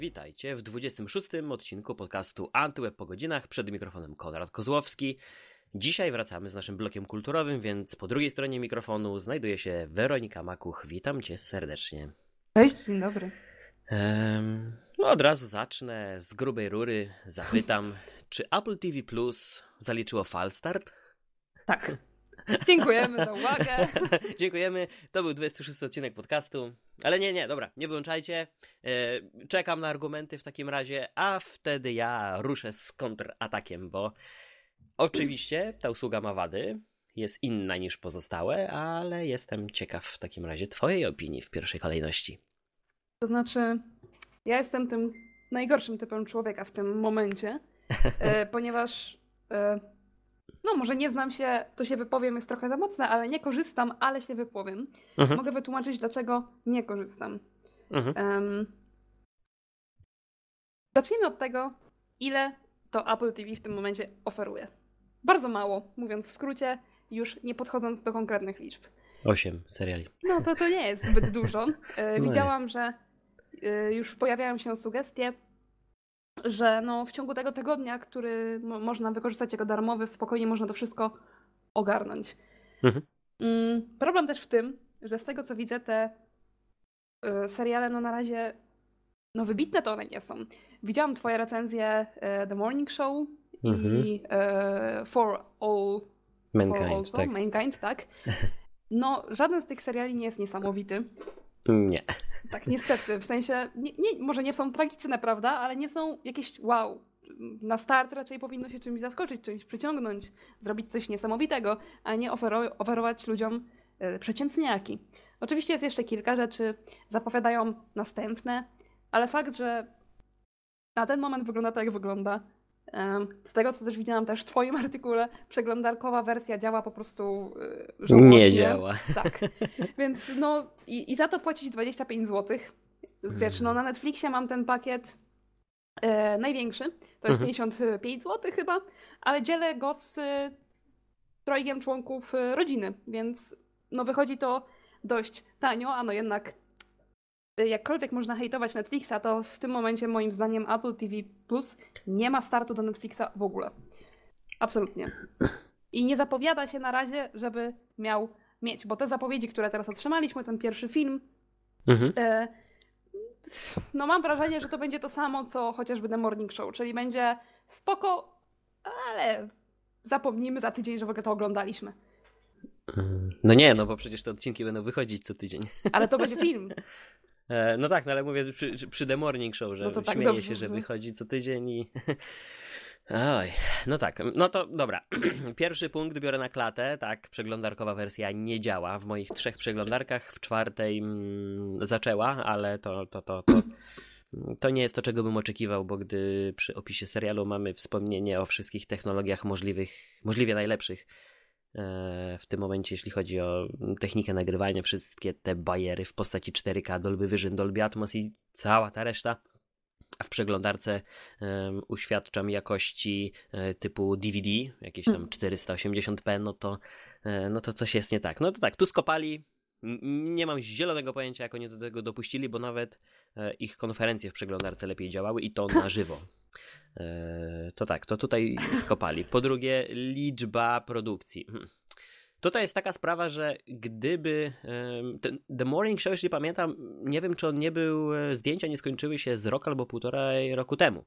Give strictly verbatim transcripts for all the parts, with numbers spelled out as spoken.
Witajcie w dwudziestym szóstym odcinku podcastu Antyweb po godzinach. Przed mikrofonem Konrad Kozłowski. Dzisiaj wracamy z naszym blokiem kulturowym, więc po drugiej stronie mikrofonu znajduje się Weronika Makuch. Witam cię serdecznie. Cześć, dzień dobry. Um, no od razu zacznę z grubej rury. Zapytam, czy Apple T V Plus zaliczyło falstart? Tak. Dziękujemy za uwagę. Dziękujemy. To był dwudziesty szósty odcinek podcastu. Ale nie, nie, dobra, nie wyłączajcie. Czekam na argumenty w takim razie, a wtedy ja ruszę z kontratakiem, bo oczywiście ta usługa ma wady, jest inna niż pozostałe, ale jestem ciekaw w takim razie twojej opinii w pierwszej kolejności. To znaczy, ja jestem tym najgorszym typem człowieka w tym momencie, ponieważ... No może nie znam się, to się wypowiem, jest trochę za mocne, ale nie korzystam, ale się wypowiem. Mhm. Mogę wytłumaczyć, dlaczego nie korzystam. Mhm. Um, zacznijmy od tego, ile to Apple T V w tym momencie oferuje. Bardzo mało, mówiąc w skrócie, już nie podchodząc do konkretnych liczb. Osiem seriali. No to to nie jest zbyt dużo. E, no widziałam, że e, już pojawiają się sugestie, że no w ciągu tego tygodnia, który mo- można wykorzystać jako darmowy, spokojnie można to wszystko ogarnąć. Mhm. Mm, problem też w tym, że z tego co widzę, te y, seriale no na razie no wybitne to one nie są. Widziałam twoje recenzje y, The Morning Show mhm. i y, For All Mankind, for also, tak. Mankind, tak. No żaden z tych seriali nie jest niesamowity. Nie. Tak, niestety. W sensie, nie, nie, może nie są tragiczne, prawda, ale nie są jakieś wow. Na start raczej powinno się czymś zaskoczyć, czymś przyciągnąć, zrobić coś niesamowitego, a nie ofero- oferować ludziom y, przeciętniaki. Oczywiście jest jeszcze kilka rzeczy, zapowiadają następne, ale fakt, że na ten moment wygląda tak, jak wygląda. Z tego, co też widziałam też w twoim artykule, przeglądarkowa wersja działa po prostu yy, żałośnie. Nie działa. Tak. Więc no i, i za to płacić dwadzieścia pięć złotych. Wiesz, no na Netflixie mam ten pakiet e, największy, to jest mhm. pięćdziesiąt pięć złotych chyba, ale dzielę go z y, trojgiem członków y, rodziny, więc no wychodzi to dość tanio, a no jednak jakkolwiek można hejtować Netflixa, to w tym momencie moim zdaniem Apple T V Plus nie ma startu do Netflixa w ogóle. Absolutnie. I nie zapowiada się na razie, żeby miał mieć, bo te zapowiedzi, które teraz otrzymaliśmy, ten pierwszy film, mhm. e, no mam wrażenie, że to będzie to samo, co chociażby The Morning Show, czyli będzie spoko, ale zapomnijmy za tydzień, że w ogóle to oglądaliśmy. No nie, no bo przecież te odcinki będą wychodzić co tydzień. Ale to będzie film. No tak, no ale mówię przy, przy The Morning Show, że no to tak śmieję dobrze, się, że wychodzi co tydzień i... Oj, no tak, no to dobra. Pierwszy punkt biorę na klatę, tak, przeglądarkowa wersja nie działa. W moich trzech przeglądarkach w czwartej mm, zaczęła, ale to, to, to, to, to nie jest to, czego bym oczekiwał, bo gdy przy opisie serialu mamy wspomnienie o wszystkich technologiach możliwych, możliwie najlepszych, w tym momencie, jeśli chodzi o technikę nagrywania, wszystkie te bariery w postaci cztery K, Dolby Vision, Dolby Atmos i cała ta reszta, a w przeglądarce um, uświadczam jakości um, typu D V D, jakieś tam czterysta osiemdziesiąt p, no to, um, no to coś jest nie tak. No to tak, tu skopali, nie mam zielonego pojęcia, jak oni do tego dopuścili, bo nawet um, ich konferencje w przeglądarce lepiej działały i to na żywo. To tak, to tutaj skopali. Po drugie, liczba produkcji. Tutaj jest taka sprawa, że gdyby ten The Morning Show, jeśli pamiętam, nie wiem, czy on nie był, zdjęcia nie skończyły się z rok albo półtorej roku temu.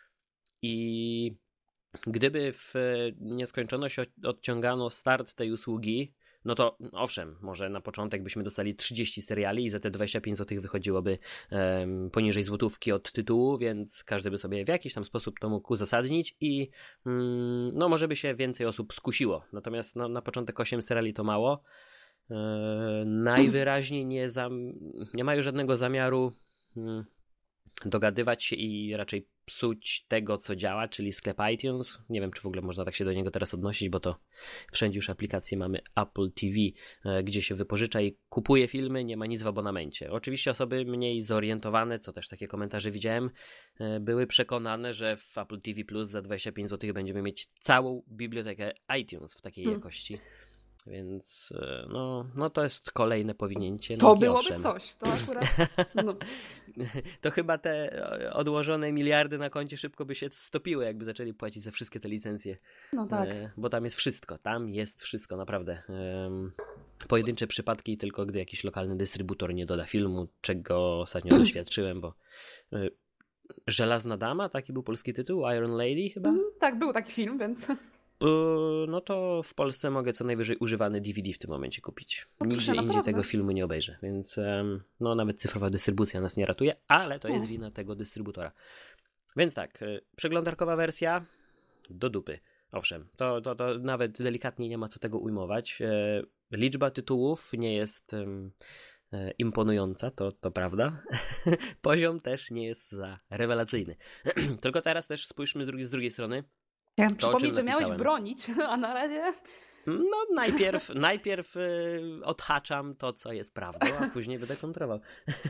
I gdyby w nieskończoność odciągano start tej usługi, no to owszem, może na początek byśmy dostali trzydzieści seriali i za te dwadzieścia pięć złotych wychodziłoby um, poniżej złotówki od tytułu, więc każdy by sobie w jakiś tam sposób to mógł uzasadnić i um, no może by się więcej osób skusiło. Natomiast no, na początek osiem seriali to mało. E, najwyraźniej nie, zam, nie mają żadnego zamiaru um, dogadywać się i raczej psuć tego, co działa, czyli sklep iTunes. Nie wiem, czy w ogóle można tak się do niego teraz odnosić, bo to wszędzie już aplikacje mamy Apple T V, gdzie się wypożycza i kupuje filmy, nie ma nic w abonamencie. Oczywiście osoby mniej zorientowane, co też takie komentarze widziałem, były przekonane, że w Apple T V Plus za dwadzieścia pięć złotych będziemy mieć całą bibliotekę iTunes w takiej hmm. jakości. Więc no, no to jest kolejne powinięcie. To byłoby owszem. coś, to akurat... No. To chyba te odłożone miliardy na koncie szybko by się stopiły, jakby zaczęli płacić za wszystkie te licencje. No tak. Bo tam jest wszystko, tam jest wszystko, naprawdę. Pojedyncze przypadki tylko, gdy jakiś lokalny dystrybutor nie doda filmu, czego ostatnio doświadczyłem, bo Żelazna Dama, taki był polski tytuł, Iron Lady chyba? Mm, tak, był taki film, więc... No to w Polsce mogę co najwyżej używany D V D w tym momencie kupić. No, Nigdzie proszę, indziej naprawdę? tego filmu nie obejrzę, więc no nawet cyfrowa dystrybucja nas nie ratuje, ale to jest wina tego dystrybutora. Więc tak, przeglądarkowa wersja do dupy. Owszem, to, to, to nawet delikatnie nie ma co tego ujmować. Liczba tytułów nie jest imponująca, to, to prawda. Poziom też nie jest za rewelacyjny. Tylko teraz też spójrzmy z drugiej, z drugiej strony. Chciałem przypomnieć, że miałeś bronić, a na razie... No najpierw, najpierw y, odhaczam to, co jest prawdą, a później będę kontrolował.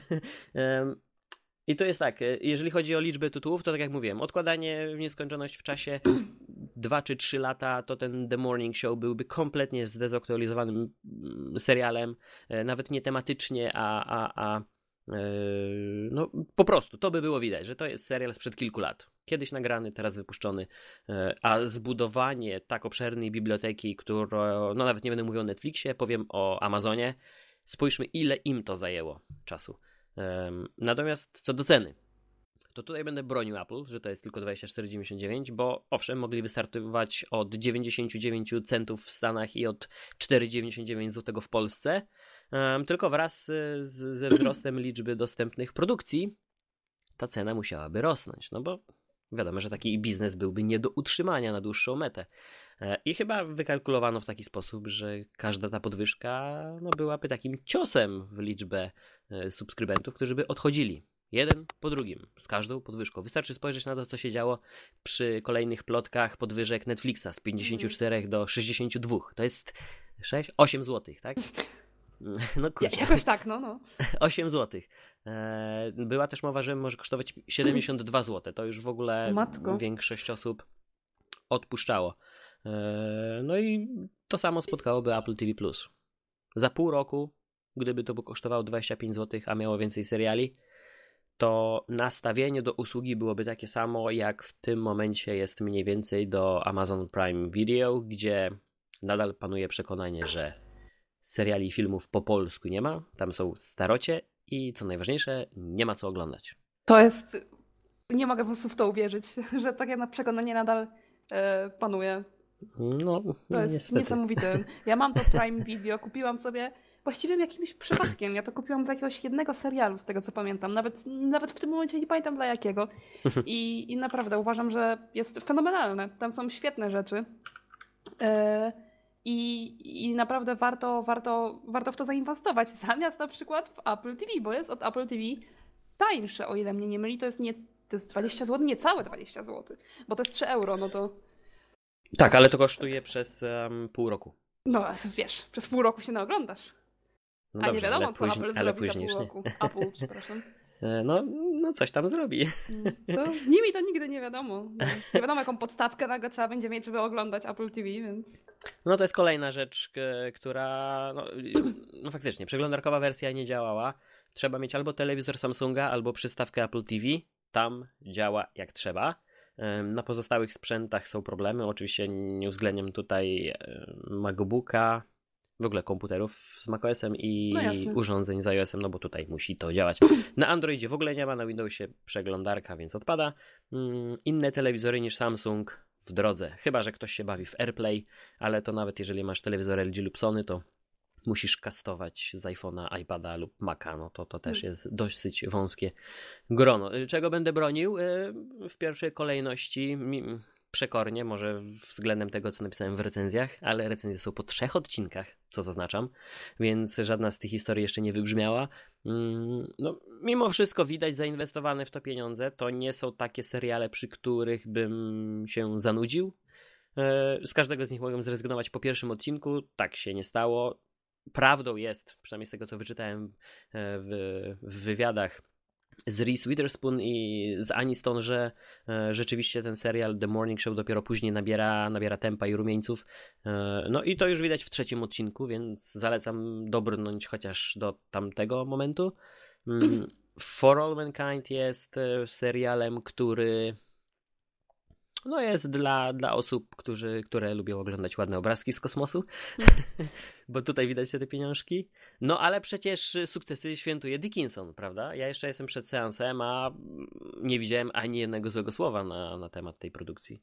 I to jest tak, jeżeli chodzi o liczbę tytułów, to tak jak mówiłem, odkładanie w nieskończoność w czasie dwa czy trzy lata, to ten The Morning Show byłby kompletnie zdezaktualizowanym serialem, nawet nie tematycznie, a, a, a no po prostu to by było widać, że to jest serial sprzed kilku lat. Kiedyś nagrany, teraz wypuszczony, a zbudowanie tak obszernej biblioteki, którą, no nawet nie będę mówił o Netflixie, powiem o Amazonie. Spójrzmy, ile im to zajęło czasu. Natomiast co do ceny, to tutaj będę bronił Apple, że to jest tylko dwadzieścia cztery dziewięćdziesiąt dziewięć, bo owszem, mogli wystartować od dziewięćdziesiąt dziewięć centów w Stanach i od cztery dziewięćdziesiąt dziewięć złotych w Polsce, um, tylko wraz z, ze wzrostem liczby dostępnych produkcji ta cena musiałaby rosnąć, no bo wiadomo, że taki biznes byłby nie do utrzymania na dłuższą metę. I chyba wykalkulowano w taki sposób, że każda ta podwyżka no, byłaby takim ciosem w liczbę subskrybentów, którzy by odchodzili. Jeden po drugim, z każdą podwyżką. Wystarczy spojrzeć na to, co się działo przy kolejnych plotkach podwyżek Netflixa z pięćdziesięciu czterech do sześćdziesięciu dwóch. To jest sześć, osiem złotych, tak? No kurczę. Jakoś tak, no, no. osiem złotych. Była też mowa, że może kosztować siedemdziesiąt dwa złote. To już w ogóle Matko. Większość osób odpuszczało. No i to samo spotkałoby Apple T V plus. Za pół roku, gdyby to kosztowało dwadzieścia pięć złotych, a miało więcej seriali, to nastawienie do usługi byłoby takie samo, jak w tym momencie jest mniej więcej do Amazon Prime Video, gdzie nadal panuje przekonanie, że seriali i filmów po polsku nie ma, tam są starocie i co najważniejsze, nie ma co oglądać. To jest... Nie mogę po prostu w to uwierzyć, że takie na przekonanie nadal e, panuje. No, to jest niestety. Niesamowite. Ja mam to Prime Video, kupiłam sobie właściwie jakimś przypadkiem. Ja to kupiłam z jakiegoś jednego serialu, z tego co pamiętam. Nawet, nawet w tym momencie nie pamiętam dla jakiego. I, i naprawdę uważam, że jest fenomenalne. Tam są świetne rzeczy. Yy, i, I naprawdę warto, warto, warto w to zainwestować. Zamiast na przykład w Apple T V, bo jest od Apple T V tańsze, o ile mnie nie myli. To jest, nie, to jest dwadzieścia złotych, niecałe dwadzieścia złotych. Bo to jest trzy euro, no to... Tak, ale to kosztuje przez um, pół roku. No wiesz, przez pół roku się naoglądasz. No a dobrze, nie wiadomo, co później, Apple zrobi za pół roku. Apple, przepraszam. No, no coś tam zrobi. To z nimi to nigdy nie wiadomo. Nie wiadomo, jaką podstawkę nagle trzeba będzie mieć, żeby oglądać Apple T V, więc... No to jest kolejna rzecz, która... No, no faktycznie, przeglądarkowa wersja nie działała. Trzeba mieć albo telewizor Samsunga, albo przystawkę Apple T V. Tam działa jak trzeba. Na pozostałych sprzętach są problemy. Oczywiście nie uwzględniam tutaj MacBooka, w ogóle komputerów z macOS-em i no urządzeń z iOS-em, no bo tutaj musi to działać. Na Androidzie w ogóle nie ma, na Windowsie przeglądarka, więc odpada. Inne telewizory niż Samsung w drodze, chyba że ktoś się bawi w AirPlay, ale to nawet jeżeli masz telewizor L G lub Sony, to musisz kastować z iPhone'a, iPada lub Maca, no to to też jest dosyć wąskie grono. Czego będę bronił? W pierwszej kolejności przekornie, może względem tego, co napisałem w recenzjach, ale recenzje są po trzech odcinkach, co zaznaczam, więc żadna z tych historii jeszcze nie wybrzmiała. No, mimo wszystko widać zainwestowane w to pieniądze. To nie są takie seriale, przy których bym się zanudził. Z każdego z nich mogłem zrezygnować po pierwszym odcinku. Tak się nie stało. Prawdą jest, przynajmniej z tego, co wyczytałem w, w wywiadach, z Reese Witherspoon i z Aniston, że e, rzeczywiście ten serial The Morning Show dopiero później nabiera, nabiera tempa i rumieńców. E, no i to już widać w trzecim odcinku, więc zalecam dobrnąć chociaż do tamtego momentu. Mm, For All Mankind jest e, serialem, który no jest dla, dla osób, którzy, które lubią oglądać ładne obrazki z kosmosu, bo tutaj widać te pieniążki. No ale przecież sukcesy świętuje Dickinson, prawda? Ja jeszcze jestem przed seansem, a nie widziałem ani jednego złego słowa na, na temat tej produkcji.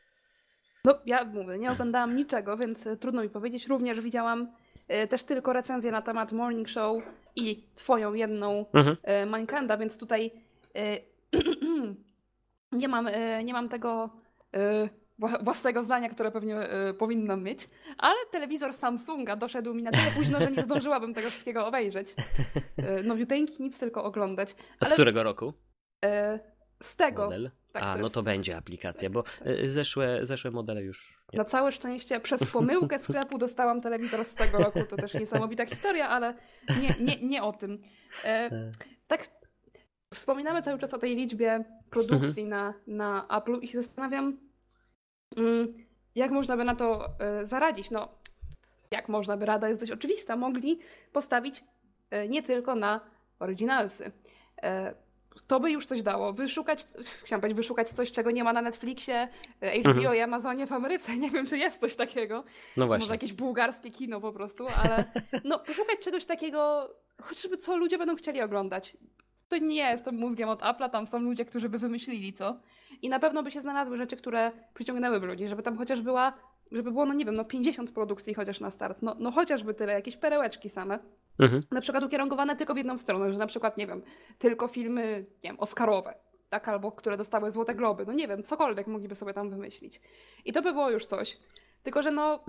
No ja mówię, nie oglądałam niczego, więc trudno mi powiedzieć. Również widziałam y, też tylko recenzję na temat Morning Show i twoją jedną mhm. y, Mindkanda, więc tutaj y, nie mam, y, nie mam tego y, własnego zdania, które pewnie y, powinnam mieć, ale telewizor Samsunga doszedł mi na tyle późno, że nie zdążyłabym tego wszystkiego obejrzeć. Y, nowiuteńki, nic tylko oglądać. A z ale, którego roku? Y, z tego. Model? Tak, A, to no jest... to będzie aplikacja, bo y, zeszłe, zeszłe modele już... Nie. Na całe szczęście przez pomyłkę sklepu dostałam telewizor z tego roku. To też niesamowita historia, ale nie, nie, nie o tym. Y, tak wspominamy cały czas o tej liczbie produkcji mhm. na, na Apple'u i się zastanawiam, jak można by na to zaradzić? No, jak można by, rada jest dość oczywista. Mogli postawić nie tylko na oryginalsy. To by już coś dało. Wyszukać, chciałam powiedzieć, wyszukać coś, czego nie ma na Netflixie, H B O mhm. i Amazonie w Ameryce. Nie wiem, czy jest coś takiego. No właśnie. Może jakieś bułgarskie kino po prostu, ale no, poszukać czegoś takiego, chociażby co ludzie będą chcieli oglądać. To nie jestem mózgiem od Apple'a, tam są ludzie, którzy by wymyślili co. I na pewno by się znalazły rzeczy, które przyciągnęłyby ludzi, żeby tam chociaż była, żeby było, no nie wiem, no pięćdziesiąt produkcji chociaż na start. No, no chociażby tyle, jakieś perełeczki same. Mhm. Na przykład ukierunkowane tylko w jedną stronę, że na przykład, nie wiem, tylko filmy, nie wiem, oscarowe, tak, albo które dostały Złote Globy, no nie wiem, cokolwiek mogliby sobie tam wymyślić. I to by było już coś. Tylko, że no,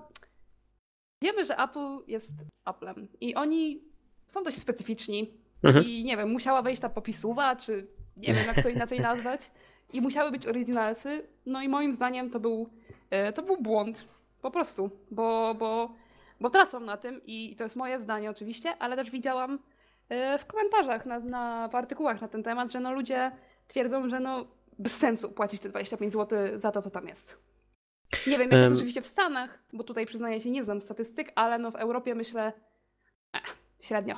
wiemy, że Apple jest Applem i oni są dość specyficzni mhm. i nie wiem, musiała wejść ta popisuwa, czy nie wiem, jak to inaczej nazwać. I musiały być originalsy, no i moim zdaniem to był, to był błąd, po prostu, bo, bo, bo tracą na tym i to jest moje zdanie oczywiście, ale też widziałam w komentarzach, na, na, w artykułach na ten temat, że no ludzie twierdzą, że no bez sensu płacić te dwadzieścia pięć złotych za to, co tam jest. Nie wiem, jak jest um. oczywiście w Stanach, bo tutaj przyznaję się, nie znam statystyk, ale no w Europie myślę eh, średnio.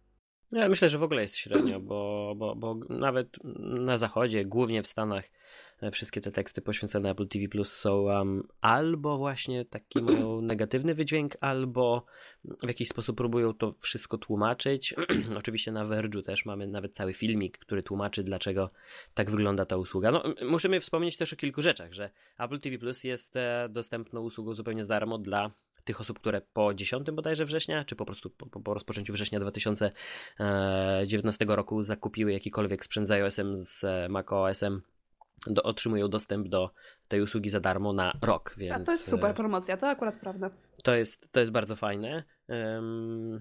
Ja myślę, że w ogóle jest średnio, bo, bo, bo nawet na zachodzie, głównie w Stanach, wszystkie te teksty poświęcone Apple T V Plus są um, albo właśnie taki mają negatywny wydźwięk, albo w jakiś sposób próbują to wszystko tłumaczyć. Oczywiście na Verge'u też mamy nawet cały filmik, który tłumaczy, dlaczego tak wygląda ta usługa. No, musimy wspomnieć też o kilku rzeczach, że Apple T V Plus jest e, dostępną usługą zupełnie za darmo dla tych osób, które po dziesiątego bodajże września, czy po prostu po, po rozpoczęciu września dwa tysiące dziewiętnastego roku zakupiły jakikolwiek sprzęt z iOS-em, z macOS-em, do, otrzymują dostęp do tej usługi za darmo na rok. Więc a to jest super promocja, to akurat prawda. To jest, to jest bardzo fajne. Um,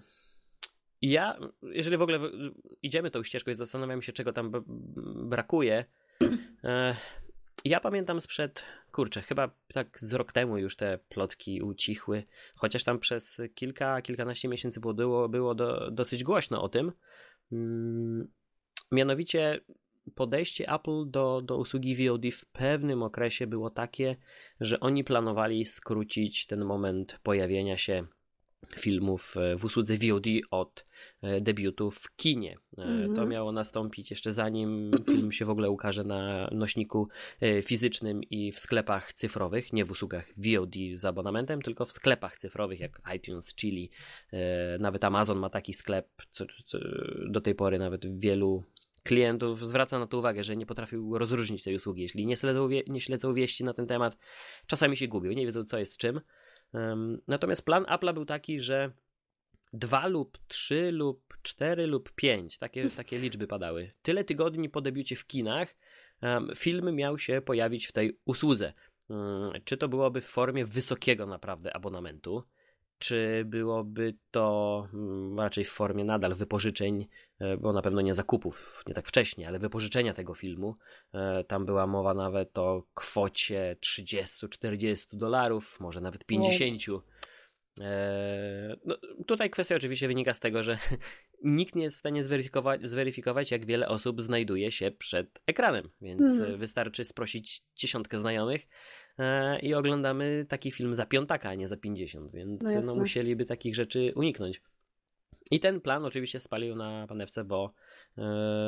ja, jeżeli w ogóle idziemy tą ścieżką i zastanawiam się, czego tam b- brakuje, e, ja pamiętam sprzed, kurczę, chyba tak z rok temu już te plotki ucichły, chociaż tam przez kilka, kilkanaście miesięcy było, było do, dosyć głośno o tym. Hmm, mianowicie podejście Apple do, do usługi V O D w pewnym okresie było takie, że oni planowali skrócić ten moment pojawienia się filmów w usłudze V O D od debiutu w kinie. Mm-hmm. To miało nastąpić jeszcze zanim film się w ogóle ukaże na nośniku fizycznym i w sklepach cyfrowych, nie w usługach V O D z abonamentem, tylko w sklepach cyfrowych jak iTunes, Chili. Nawet Amazon ma taki sklep, co, co do tej pory nawet wielu klientów zwraca na to uwagę, że nie potrafił rozróżnić tej usługi. Jeśli nie śledzą, nie śledzą wieści na ten temat, czasami się gubią, nie wiedzą, co jest czym. Um, natomiast plan Apple'a był taki, że dwa lub trzy lub cztery lub pięć, takie, takie liczby padały. Tyle tygodni po debiucie w kinach um, film miał się pojawić w tej usłudze. Um, czy to byłoby w formie wysokiego naprawdę abonamentu, czy byłoby to raczej w formie nadal wypożyczeń, bo na pewno nie zakupów, nie tak wcześnie, ale wypożyczenia tego filmu. Tam była mowa nawet o kwocie trzydzieści czterdzieści dolarów, może nawet pięćdziesiąt. No, tutaj kwestia oczywiście wynika z tego, że nikt nie jest w stanie zweryfikować, zweryfikować, jak wiele osób znajduje się przed ekranem, więc hmm. wystarczy sprosić dziesiątkę znajomych e, i oglądamy taki film za piątaka, a nie za pięćdziesiąt, więc no no, musieliby takich rzeczy uniknąć. I ten plan oczywiście spalił na panewce, bo e,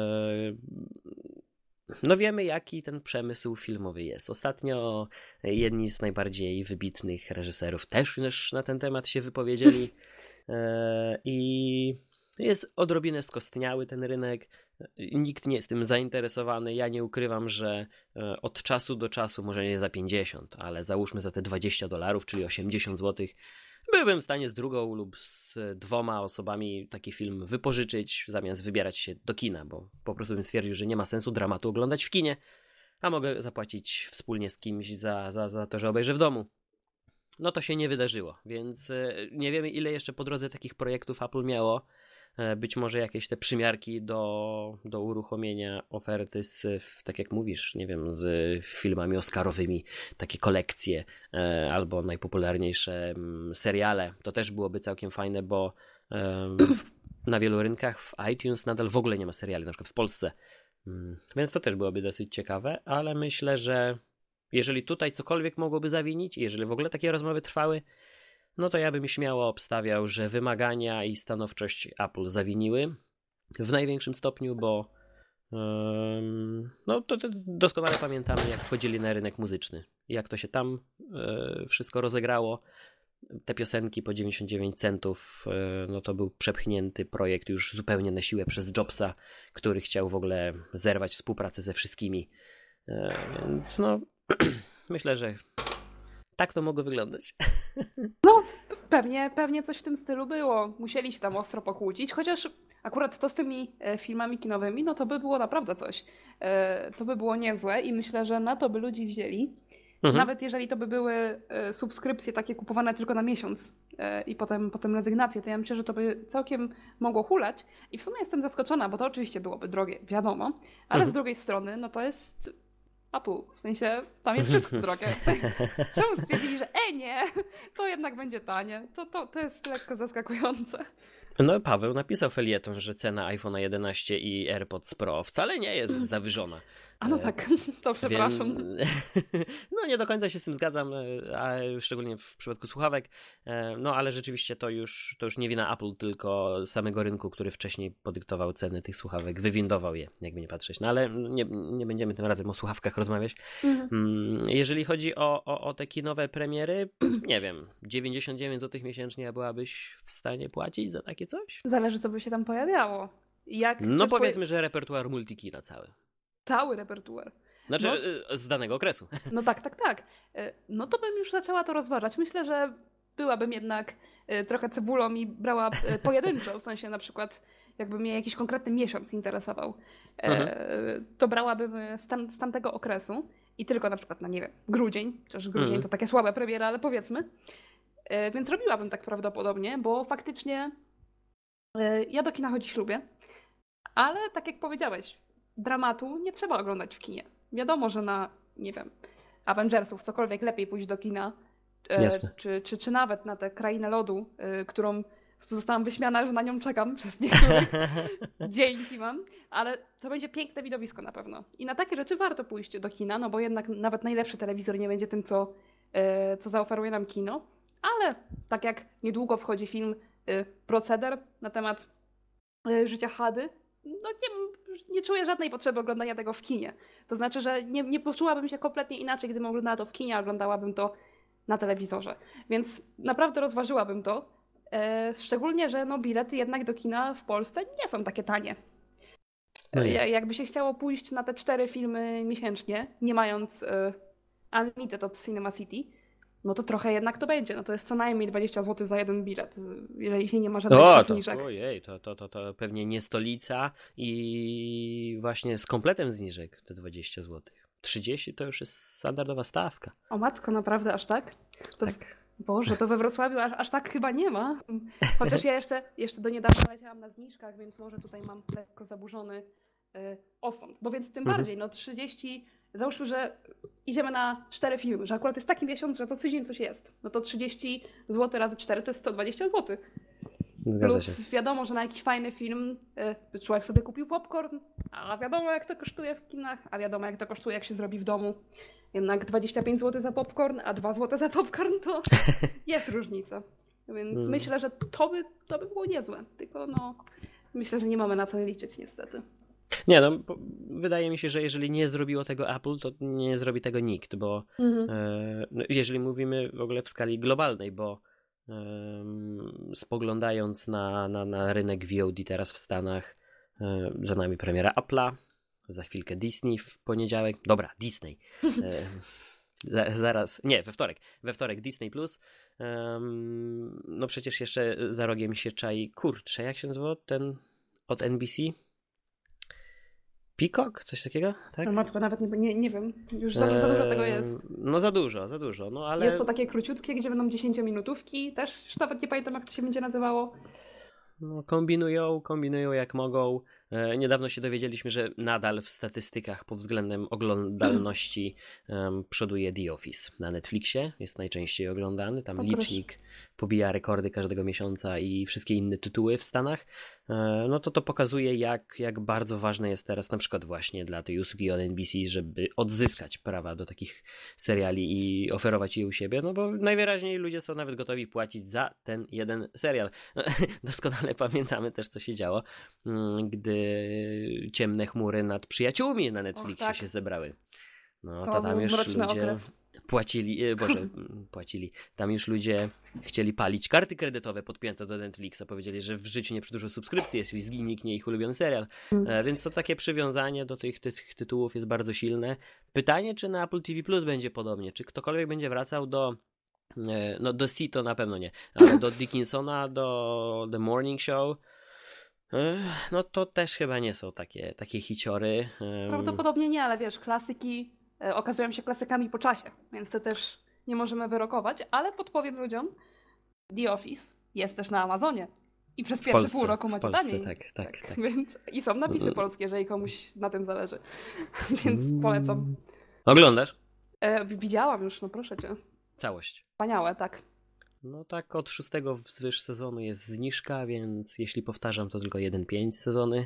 no wiemy, jaki ten przemysł filmowy jest. Ostatnio jedni z najbardziej wybitnych reżyserów też już na ten temat się wypowiedzieli e, i jest odrobinę skostniały ten rynek. Nikt nie jest tym zainteresowany. Ja nie ukrywam, że od czasu do czasu, może nie za pięćdziesiąt, ale załóżmy za te dwadzieścia dolarów, czyli osiemdziesiąt złotych, byłbym w stanie z drugą lub z dwoma osobami taki film wypożyczyć, zamiast wybierać się do kina, bo po prostu bym stwierdził, że nie ma sensu dramatu oglądać w kinie, a mogę zapłacić wspólnie z kimś za, za, za to, że obejrzę w domu. No to się nie wydarzyło, więc nie wiemy, ile jeszcze po drodze takich projektów Apple miało. Być może jakieś te przymiarki do, do uruchomienia oferty z, tak jak mówisz, nie wiem, z filmami oscarowymi, takie kolekcje e, albo najpopularniejsze m, seriale. To też byłoby całkiem fajne, bo e, w, na wielu rynkach w iTunes nadal w ogóle nie ma seriali, na przykład w Polsce. Mm, więc to też byłoby dosyć ciekawe, ale myślę, że jeżeli tutaj cokolwiek mogłoby zawinić, jeżeli w ogóle takie rozmowy trwały, no to ja bym śmiało obstawiał, że wymagania i stanowczość Apple zawiniły w największym stopniu, bo um, no to, to doskonale pamiętamy, jak wchodzili na rynek muzyczny, jak to się tam e, wszystko rozegrało. Te piosenki po dziewięćdziesiąt dziewięć centów, e, no to był przepchnięty projekt już zupełnie na siłę przez Jobsa, który chciał w ogóle zerwać współpracę ze wszystkimi. E, więc no, myślę, że tak to mogło wyglądać. No, pewnie, pewnie coś w tym stylu było. Musieli się tam ostro pokłócić, chociaż akurat to z tymi filmami kinowymi, no to by było naprawdę coś. To by było niezłe i myślę, że na to by ludzi wzięli. Mhm. Nawet jeżeli to by były subskrypcje takie kupowane tylko na miesiąc i potem, potem rezygnacje, to ja myślę, że to by całkiem mogło hulać. I w sumie jestem zaskoczona, bo to oczywiście byłoby drogie, wiadomo, ale mhm. z drugiej strony, no to jest Apple, w sensie tam jest wszystko drogie. W sensie, czemu stwierdzili, że e nie, to jednak będzie tanie. To, to, to jest lekko zaskakujące. No Paweł napisał felieton, że cena iPhone'a jedenaście i AirPods Pro wcale nie jest zawyżona. A no tak, to przepraszam. Więc, no nie do końca się z tym zgadzam, a szczególnie w przypadku słuchawek, no ale rzeczywiście to już, to już nie wina Apple, tylko samego rynku, który wcześniej podyktował ceny tych słuchawek, wywindował je, jakby nie patrzeć. No ale nie, nie będziemy tym razem o słuchawkach rozmawiać. Mhm. Jeżeli chodzi o, o, o te kinowe premiery, nie wiem, dziewięćdziesiąt dziewięć złotych miesięcznie byłabyś w stanie płacić za takie coś? Zależy, co by się tam pojawiało. Jak no powiedzmy, poja- że repertuar multikina cały. Cały repertuar. Znaczy no, z danego okresu. No tak, tak, tak. No to bym już zaczęła to rozważać. Myślę, że byłabym jednak trochę cebulą i brała pojedynczo, w sensie na przykład jakby mnie jakiś konkretny miesiąc interesował, mhm. to brałabym z, tam, z tamtego okresu i tylko na przykład na, nie wiem, grudzień, chociaż grudzień mhm. to takie słabe premiery, ale powiedzmy. Więc robiłabym tak prawdopodobnie, bo faktycznie ja do kina chodzić lubię, ale tak jak powiedziałeś, dramatu nie trzeba oglądać w kinie. Wiadomo, że na, nie wiem, Avengersów cokolwiek lepiej pójść do kina, e, czy, czy, czy nawet na tę Krainę Lodu, e, którą zostałam wyśmiana, że na nią czekam przez niektórych. Dzięki mam. Ale to będzie piękne widowisko na pewno. I na takie rzeczy warto pójść do kina, no bo jednak nawet najlepszy telewizor nie będzie tym, co, e, co zaoferuje nam kino. Ale tak jak niedługo wchodzi film e, Proceder na temat e, życia Hady, no nie, nie czuję żadnej potrzeby oglądania tego w kinie. To znaczy, że nie, nie poczułabym się kompletnie inaczej, gdybym oglądała to w kinie, a oglądałabym to na telewizorze. Więc naprawdę rozważyłabym to. E, szczególnie, że no bilety jednak do kina w Polsce nie są takie tanie. No nie. E, jakby się chciało pójść na te cztery filmy miesięcznie, nie mając e, Unlimited od Cinema City, no to trochę jednak to będzie. No to jest co najmniej dwadzieścia złotych za jeden bilet, jeżeli nie ma żadnych o, zniżek. To, ojej, to, to, to, to pewnie nie Stolica i właśnie z kompletem zniżek te dwadzieścia złotych. trzydzieści to już jest standardowa stawka. O matko, naprawdę aż tak? To, tak. Boże, to we Wrocławiu aż, aż tak chyba nie ma. Chociaż ja jeszcze, jeszcze do niedawna leciałam na zniżkach, więc może tutaj mam lekko zaburzony y, osąd. No więc tym mhm. bardziej, no trzydzieści... Załóżmy, że idziemy na cztery filmy, że akurat jest taki miesiąc, że to tydzień coś jest. No to trzydzieści złotych razy cztery to jest sto dwadzieścia złotych. Plus wiadomo, że na jakiś fajny film y, człowiek sobie kupił popcorn, a wiadomo jak to kosztuje w kinach, a wiadomo jak to kosztuje jak się zrobi w domu. Jednak dwadzieścia pięć złotych za popcorn, a dwa złote za popcorn to jest różnica. Więc hmm. myślę, że to by, to by było niezłe. Tylko no, myślę, że nie mamy na co liczyć niestety. Nie, no wydaje mi się, że jeżeli nie zrobiło tego Apple, to nie zrobi tego nikt, bo mhm. e, no, jeżeli mówimy w ogóle w skali globalnej, bo e, spoglądając na, na, na rynek V O D teraz w Stanach, e, za nami premiera Apple'a, za chwilkę Disney w poniedziałek, dobra, Disney, e, za, zaraz, nie, we wtorek, we wtorek Disney Plus, e, no przecież jeszcze za rogiem się czai, kurczę, jak się nazywa ten od N B C? Peacock? Coś takiego? Tak? No matko, nawet nie, nie, nie wiem. Już za, eee, za dużo tego jest. No za dużo, za dużo. No, ale... Jest to takie króciutkie, gdzie będą dziesięciominutówki. Też już nawet nie pamiętam, jak to się będzie nazywało. No, kombinują, kombinują jak mogą. E, niedawno się dowiedzieliśmy, że nadal w statystykach pod względem oglądalności um, przoduje The Office na Netflixie. Jest najczęściej oglądany. Tam o, licznik proszę. pobija rekordy każdego miesiąca i wszystkie inne tytuły w Stanach. E, no to to pokazuje, jak, jak bardzo ważne jest teraz na przykład właśnie dla tej usługi od N B C, żeby odzyskać prawa do takich seriali i oferować je u siebie. No bo najwyraźniej ludzie są nawet gotowi płacić za ten jeden serial. Doskonale pamiętamy też, co się działo, gdy ciemne chmury nad przyjaciółmi na Netflixie Och, tak. się zebrały. No to, to tam już ludzie okres. płacili, boże, płacili. Tam już ludzie chcieli palić karty kredytowe podpięte do Netflixa. Powiedzieli, że w życiu nie przedłużą subskrypcji, jeśli zginie ich ulubiony serial. Hmm. Więc to takie przywiązanie do tych, tych tytułów jest bardzo silne. Pytanie, czy na Apple T V Plus będzie podobnie? Czy ktokolwiek będzie wracał do no do C to na pewno nie, ale do Dickinsona, do The Morning Show, no to też chyba nie są takie, takie hiciory. Prawdopodobnie nie, ale wiesz, klasyki okazują się klasykami po czasie, więc to też nie możemy wyrokować, ale podpowiem ludziom, The Office jest też na Amazonie i przez pierwsze Polsce, pół roku macie Polsce, taniej. Tak, tak, tak. tak. Więc, i są napisy polskie, jeżeli komuś na tym zależy, więc polecam. Oglądasz? E, widziałam już, no proszę cię. Całość. Wspaniałe, tak. No tak, od szóstego wzwyż sezonu jest zniżka, więc jeśli powtarzam, to tylko jeden pięć sezony.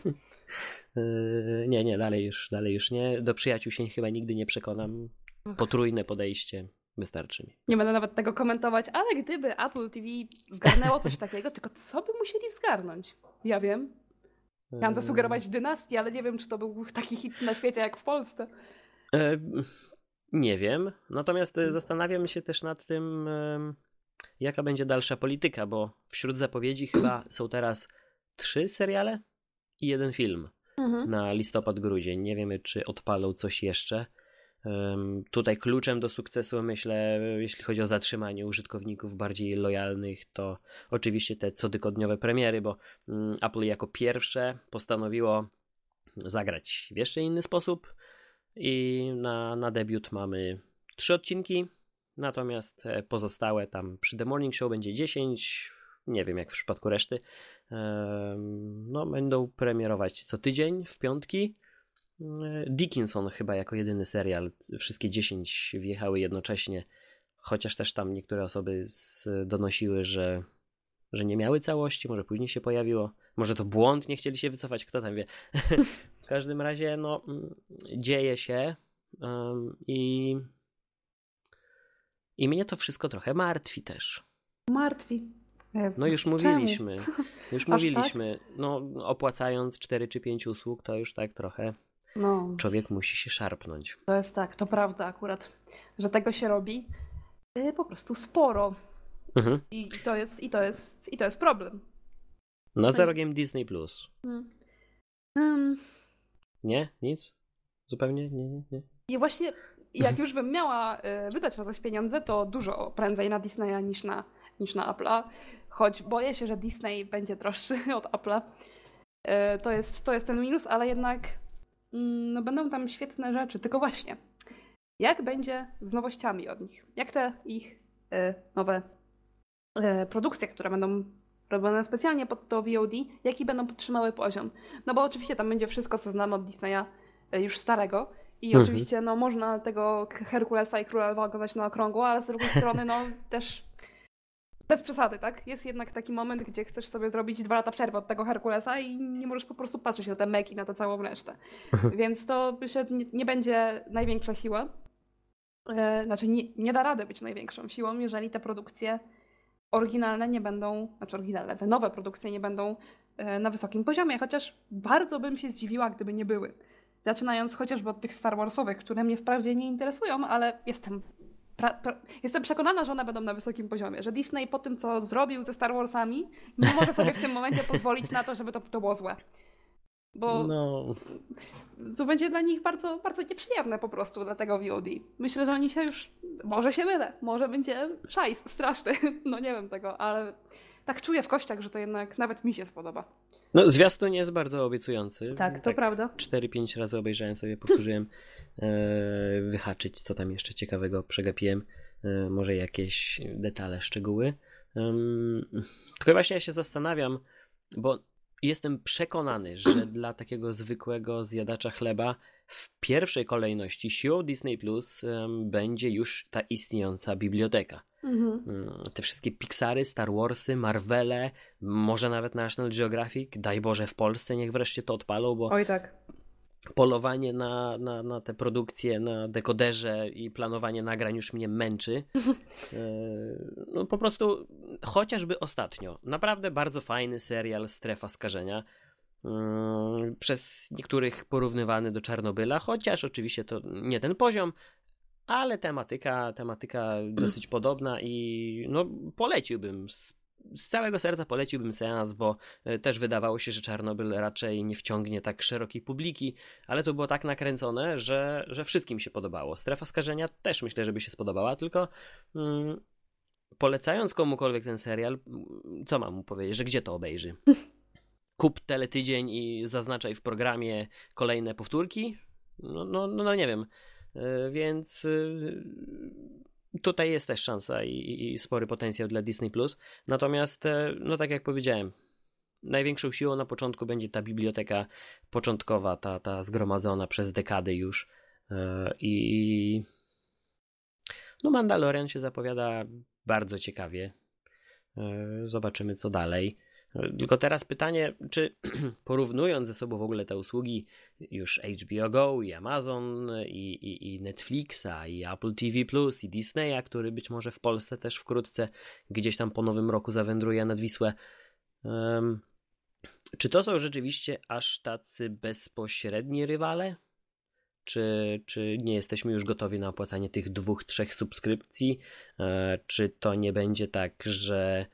nie, nie, dalej już, dalej już nie. Do przyjaciół się chyba nigdy nie przekonam. Potrójne podejście wystarczy mi. Nie będę nawet tego komentować, ale gdyby Apple T V zgarnęło coś takiego, tylko co by musieli zgarnąć? Ja wiem. Chciałam zasugerować Dynastię, ale nie wiem, czy to był taki hit na świecie jak w Polsce. E, nie wiem. Natomiast zastanawiam się też nad tym, jaka będzie dalsza polityka, bo wśród zapowiedzi chyba są teraz trzy seriale i jeden film mhm. na listopad-grudzień. Nie wiemy, czy odpalą coś jeszcze. Um, tutaj kluczem do sukcesu, myślę, jeśli chodzi o zatrzymanie użytkowników bardziej lojalnych, to oczywiście te cotygodniowe premiery, bo um, Apple jako pierwsze postanowiło zagrać w jeszcze inny sposób i na, na debiut mamy trzy odcinki. Natomiast pozostałe tam przy The Morning Show będzie dziesięć, nie wiem jak w przypadku reszty, no będą premierować co tydzień w piątki. Dickinson chyba jako jedyny serial, wszystkie dziesięć wjechały jednocześnie, chociaż też tam niektóre osoby donosiły, że, że nie miały całości, może później się pojawiło, może to błąd, nie chcieli się wycofać, kto tam wie. W każdym razie no dzieje się um, i I mnie to wszystko trochę martwi też. Martwi. Jezu, no już mówiliśmy. Już mówiliśmy. Tak? No opłacając cztery czy pięć usług, to już tak trochę no. człowiek musi się szarpnąć. To jest tak, to prawda akurat, że tego się robi yy, po prostu sporo. Mhm. I, I to jest i to jest i to jest problem. No za rogiem Disney Plus. Hmm. Hmm. Nie? Nic? Zupełnie? Nie, nie, nie. I właśnie jak już bym miała wydać na coś pieniądze, to dużo prędzej na Disneya niż na, niż na Apple'a. Choć boję się, że Disney będzie droższy od Apple'a. To jest, to jest ten minus, ale jednak no, będą tam świetne rzeczy. Tylko właśnie, jak będzie z nowościami od nich? Jak te ich nowe produkcje, które będą robione specjalnie pod to V O D, jaki będą podtrzymały poziom? No bo oczywiście tam będzie wszystko, co znamy od Disneya już starego. I mhm. oczywiście no, można tego Herkulesa i Króla Lwa oglądać na okrągło, ale z drugiej strony no też bez przesady, tak? Jest jednak taki moment, gdzie chcesz sobie zrobić dwa lata przerwy od tego Herkulesa i nie możesz po prostu patrzeć na te meki, na tę całą resztę. Więc to myślę, nie, nie będzie największa siła. E, znaczy nie, nie da rady być największą siłą, jeżeli te produkcje oryginalne nie będą, znaczy oryginalne, te nowe produkcje nie będą e, na wysokim poziomie, chociaż bardzo bym się zdziwiła, gdyby nie były. Zaczynając chociażby od tych Star Warsowych, które mnie wprawdzie nie interesują, ale jestem Pra, pra, jestem przekonana, że one będą na wysokim poziomie, że Disney po tym, co zrobił ze Star Warsami, nie może sobie w tym momencie pozwolić na to, żeby to, to było złe. Bo no. to będzie dla nich bardzo, bardzo nieprzyjemne po prostu dla tego V O D. Myślę, że oni się już, może się mylę, może będzie szajs straszny, no nie wiem tego, ale tak czuję w kościach, że to jednak nawet mi się spodoba. No zwiastun jest bardzo obiecujący. Tak, to tak prawda. cztery pięć razy obejrzałem sobie, powtórzyłem, e, wyhaczyć, co tam jeszcze ciekawego przegapiłem, e, może jakieś detale, szczegóły. Um, tylko właśnie ja się zastanawiam, bo jestem przekonany, że dla takiego zwykłego zjadacza chleba w pierwszej kolejności siłą Disney Plus um, będzie już ta istniejąca biblioteka. Mhm. Te wszystkie Pixary, Star Warsy, Marvele, może nawet National Geographic, daj Boże w Polsce niech wreszcie to odpalą, bo oj tak. Polowanie na, na, na te produkcje na dekoderze i planowanie nagrań już mnie męczy. No po prostu chociażby ostatnio naprawdę bardzo fajny serial Strefa Skażenia, przez niektórych porównywany do Czarnobyla, chociaż oczywiście to nie ten poziom, ale tematyka, tematyka dosyć podobna i no poleciłbym, z, z całego serca poleciłbym seans, bo też wydawało się, że Czarnobyl raczej nie wciągnie tak szerokiej publiki, ale to było tak nakręcone, że, że wszystkim się podobało. Strefa Skażenia też myślę, żeby się spodobała, tylko mm, polecając komukolwiek ten serial, co mam mu powiedzieć, że gdzie to obejrzy? Kup teletydzień i zaznaczaj w programie kolejne powtórki? No, no, no, no nie wiem. Więc tutaj jest też szansa i, i spory potencjał dla Disney Plus. Natomiast, no tak jak powiedziałem, największą siłą na początku będzie ta biblioteka początkowa, ta, ta zgromadzona przez dekady już. I no Mandalorian się zapowiada bardzo ciekawie. Zobaczymy, co dalej. Tylko teraz pytanie, czy porównując ze sobą w ogóle te usługi już H B O Go i Amazon i, i, i Netflixa i Apple T V Plus i Disneya, który być może w Polsce też wkrótce gdzieś tam po nowym roku zawędruje nad Wisłę, um, czy to są rzeczywiście aż tacy bezpośredni rywale? Czy, czy nie jesteśmy już gotowi na opłacanie tych dwóch, trzech subskrypcji? E, czy to nie będzie tak, że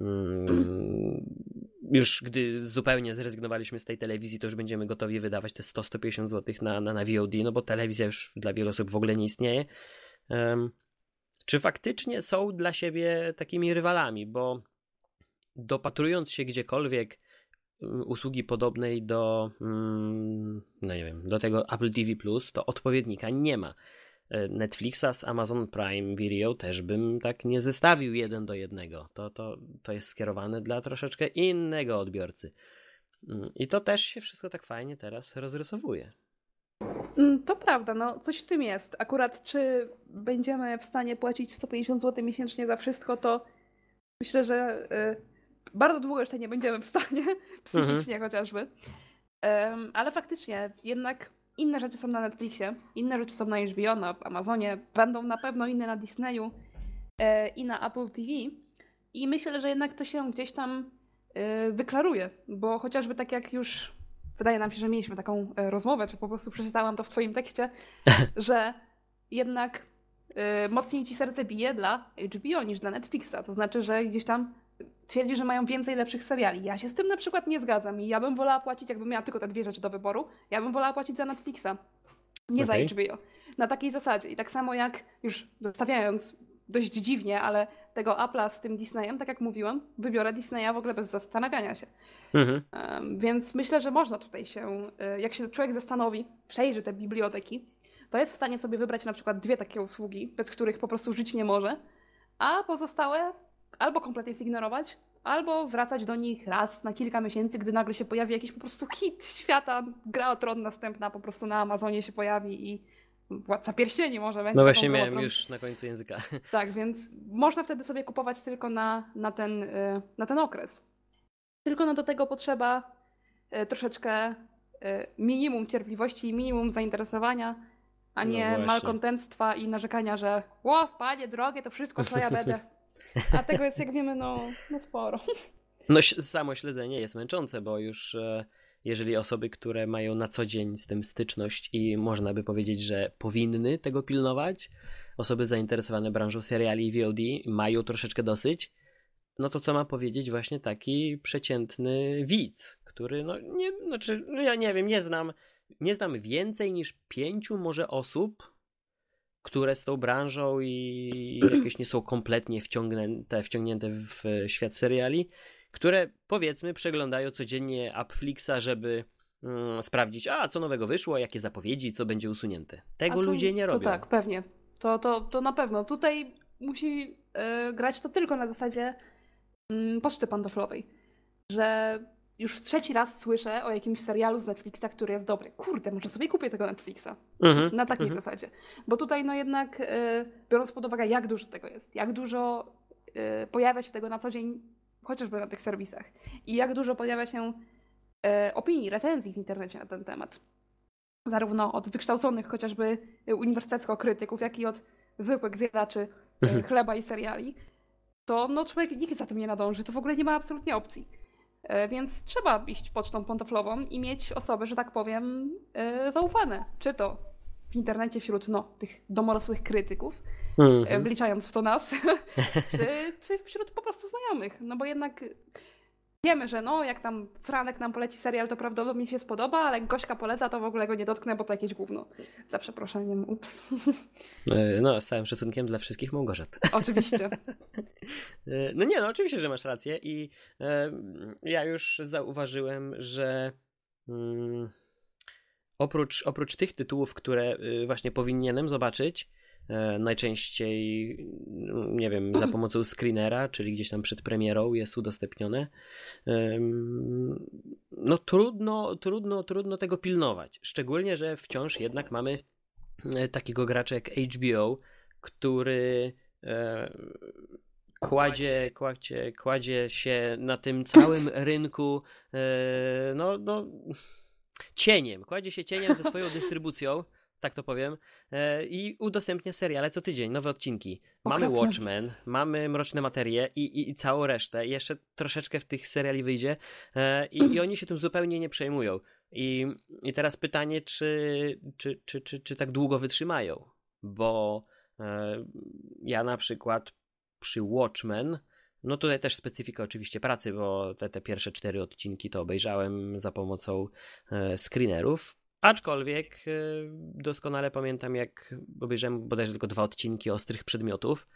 już gdy zupełnie zrezygnowaliśmy z tej telewizji, to już będziemy gotowi wydawać te sto do stu pięćdziesięciu złotych na, na, na V O D, no bo telewizja już dla wielu osób w ogóle nie istnieje. Um, czy faktycznie są dla siebie takimi rywalami? Bo dopatrując się gdziekolwiek um, usługi podobnej do um, no nie wiem, do tego Apple T V Plus, to odpowiednika nie ma. Netflixa z Amazon Prime Video też bym tak nie zestawił jeden do jednego. To, to, to jest skierowane dla troszeczkę innego odbiorcy. I to też się wszystko tak fajnie teraz rozrysowuje. To prawda, no coś w tym jest. Akurat czy będziemy w stanie płacić sto pięćdziesiąt złotych miesięcznie za wszystko, to myślę, że y, bardzo długo jeszcze nie będziemy w stanie, psychicznie mhm. chociażby. Um, ale faktycznie jednak inne rzeczy są na Netflixie, inne rzeczy są na H B O, na Amazonie, będą na pewno inne na Disneyu e, i na Apple T V. I myślę, że jednak to się gdzieś tam e, wyklaruje, bo chociażby tak jak już wydaje nam się, że mieliśmy taką e, rozmowę, czy po prostu przeczytałam to w twoim tekście, że jednak e, mocniej ci serce bije dla H B O niż dla Netflixa. To znaczy, że gdzieś tam twierdzi, że mają więcej lepszych seriali. Ja się z tym na przykład nie zgadzam i ja bym wolała płacić, jakbym miała tylko te dwie rzeczy do wyboru, ja bym wolała płacić za Netflixa, nie okay. za H B O. Na takiej zasadzie. I tak samo jak, już zostawiając dość dziwnie, ale tego Apple'a z tym Disneyem, tak jak mówiłam, wybiorę Disneya w ogóle bez zastanawiania się. Mhm. Um, więc myślę, że można tutaj się, jak się człowiek zastanowi, przejrzy te biblioteki, to jest w stanie sobie wybrać na przykład dwie takie usługi, bez których po prostu żyć nie może, a pozostałe albo kompletnie zignorować, albo wracać do nich raz na kilka miesięcy, gdy nagle się pojawi jakiś po prostu hit świata, Gra o Tron następna po prostu na Amazonie się pojawi i Władca Pierścieni może będzie. No właśnie miałem tą... już na końcu języka. Tak, więc można wtedy sobie kupować tylko na, na, ten, na ten okres. Tylko no do tego potrzeba troszeczkę minimum cierpliwości, minimum zainteresowania, a nie no malkontentstwa i narzekania, że ło, panie drogie, to wszystko co ja będę. A tego jest, jak wiemy, no, no sporo. No samo śledzenie jest męczące, bo już jeżeli osoby, które mają na co dzień z tym styczność i można by powiedzieć, że powinny tego pilnować, osoby zainteresowane branżą seriali i V O D mają troszeczkę dosyć, no to co ma powiedzieć właśnie taki przeciętny widz, który no nie, znaczy no ja nie wiem, nie znam, nie znam więcej niż pięciu może osób, które z tą branżą i jakieś nie są kompletnie wciągnięte, wciągnięte w świat seriali, które powiedzmy przeglądają codziennie Appflixa, żeby mm, sprawdzić, a co nowego wyszło, jakie zapowiedzi, co będzie usunięte. Tego to, ludzie nie robią. To tak, pewnie. To, to, to na pewno. Tutaj musi yy, grać to tylko na zasadzie yy, poczty pantoflowej. Że już trzeci raz słyszę o jakimś serialu z Netflixa, który jest dobry. Kurde, może sobie kupię tego Netflixa. Mm-hmm, na takiej mm-hmm. zasadzie. Bo tutaj no jednak yy, biorąc pod uwagę, jak dużo tego jest, jak dużo yy, pojawia się tego na co dzień chociażby na tych serwisach. I jak dużo pojawia się e, opinii, recenzji w internecie na ten temat. Zarówno od wykształconych chociażby uniwersytecko krytyków, jak i od zwykłych zjadaczy e, chleba i seriali. To no człowiek nikt za tym nie nadąży. To w ogóle nie ma absolutnie opcji. E, więc trzeba iść pocztą pantoflową i mieć osoby, że tak powiem, e, zaufane. Czy to w internecie wśród no, tych domorosłych krytyków, mm-hmm. wliczając w to nas, czy, czy wśród po prostu znajomych. No bo jednak wiemy, że no jak tam Franek nam poleci serial, to prawdopodobnie się spodoba, ale jak Gośka poleca, to w ogóle go nie dotknę, bo to jakieś gówno. Za przeproszeniem, ups. No, z całym szacunkiem dla wszystkich Małgorzat. Oczywiście. No nie, no oczywiście, że masz rację i e, ja już zauważyłem, że mm, oprócz, oprócz tych tytułów, które właśnie powinienem zobaczyć, najczęściej, nie wiem, za pomocą screenera, czyli gdzieś tam przed premierą jest udostępnione. No trudno, trudno, trudno tego pilnować. Szczególnie, że wciąż jednak mamy takiego gracza jak H B O, który kładzie, kładzie, kładzie się na tym całym rynku no, no, cieniem. Kładzie się cieniem ze swoją dystrybucją, tak to powiem, i udostępnia seriale co tydzień, nowe odcinki. Mamy Okropnie. Watchmen, mamy Mroczne Materie i, i, i całą resztę. I jeszcze troszeczkę w tych seriali wyjdzie i, i oni się tym zupełnie nie przejmują. I, i teraz pytanie, czy, czy, czy, czy, czy tak długo wytrzymają? Bo e, ja na przykład przy Watchmen, no tutaj też specyfika oczywiście pracy, bo te, te pierwsze cztery odcinki to obejrzałem za pomocą e, screenerów. Aczkolwiek doskonale pamiętam, jak obejrzałem bodajże tylko dwa odcinki Ostrych Przedmiotów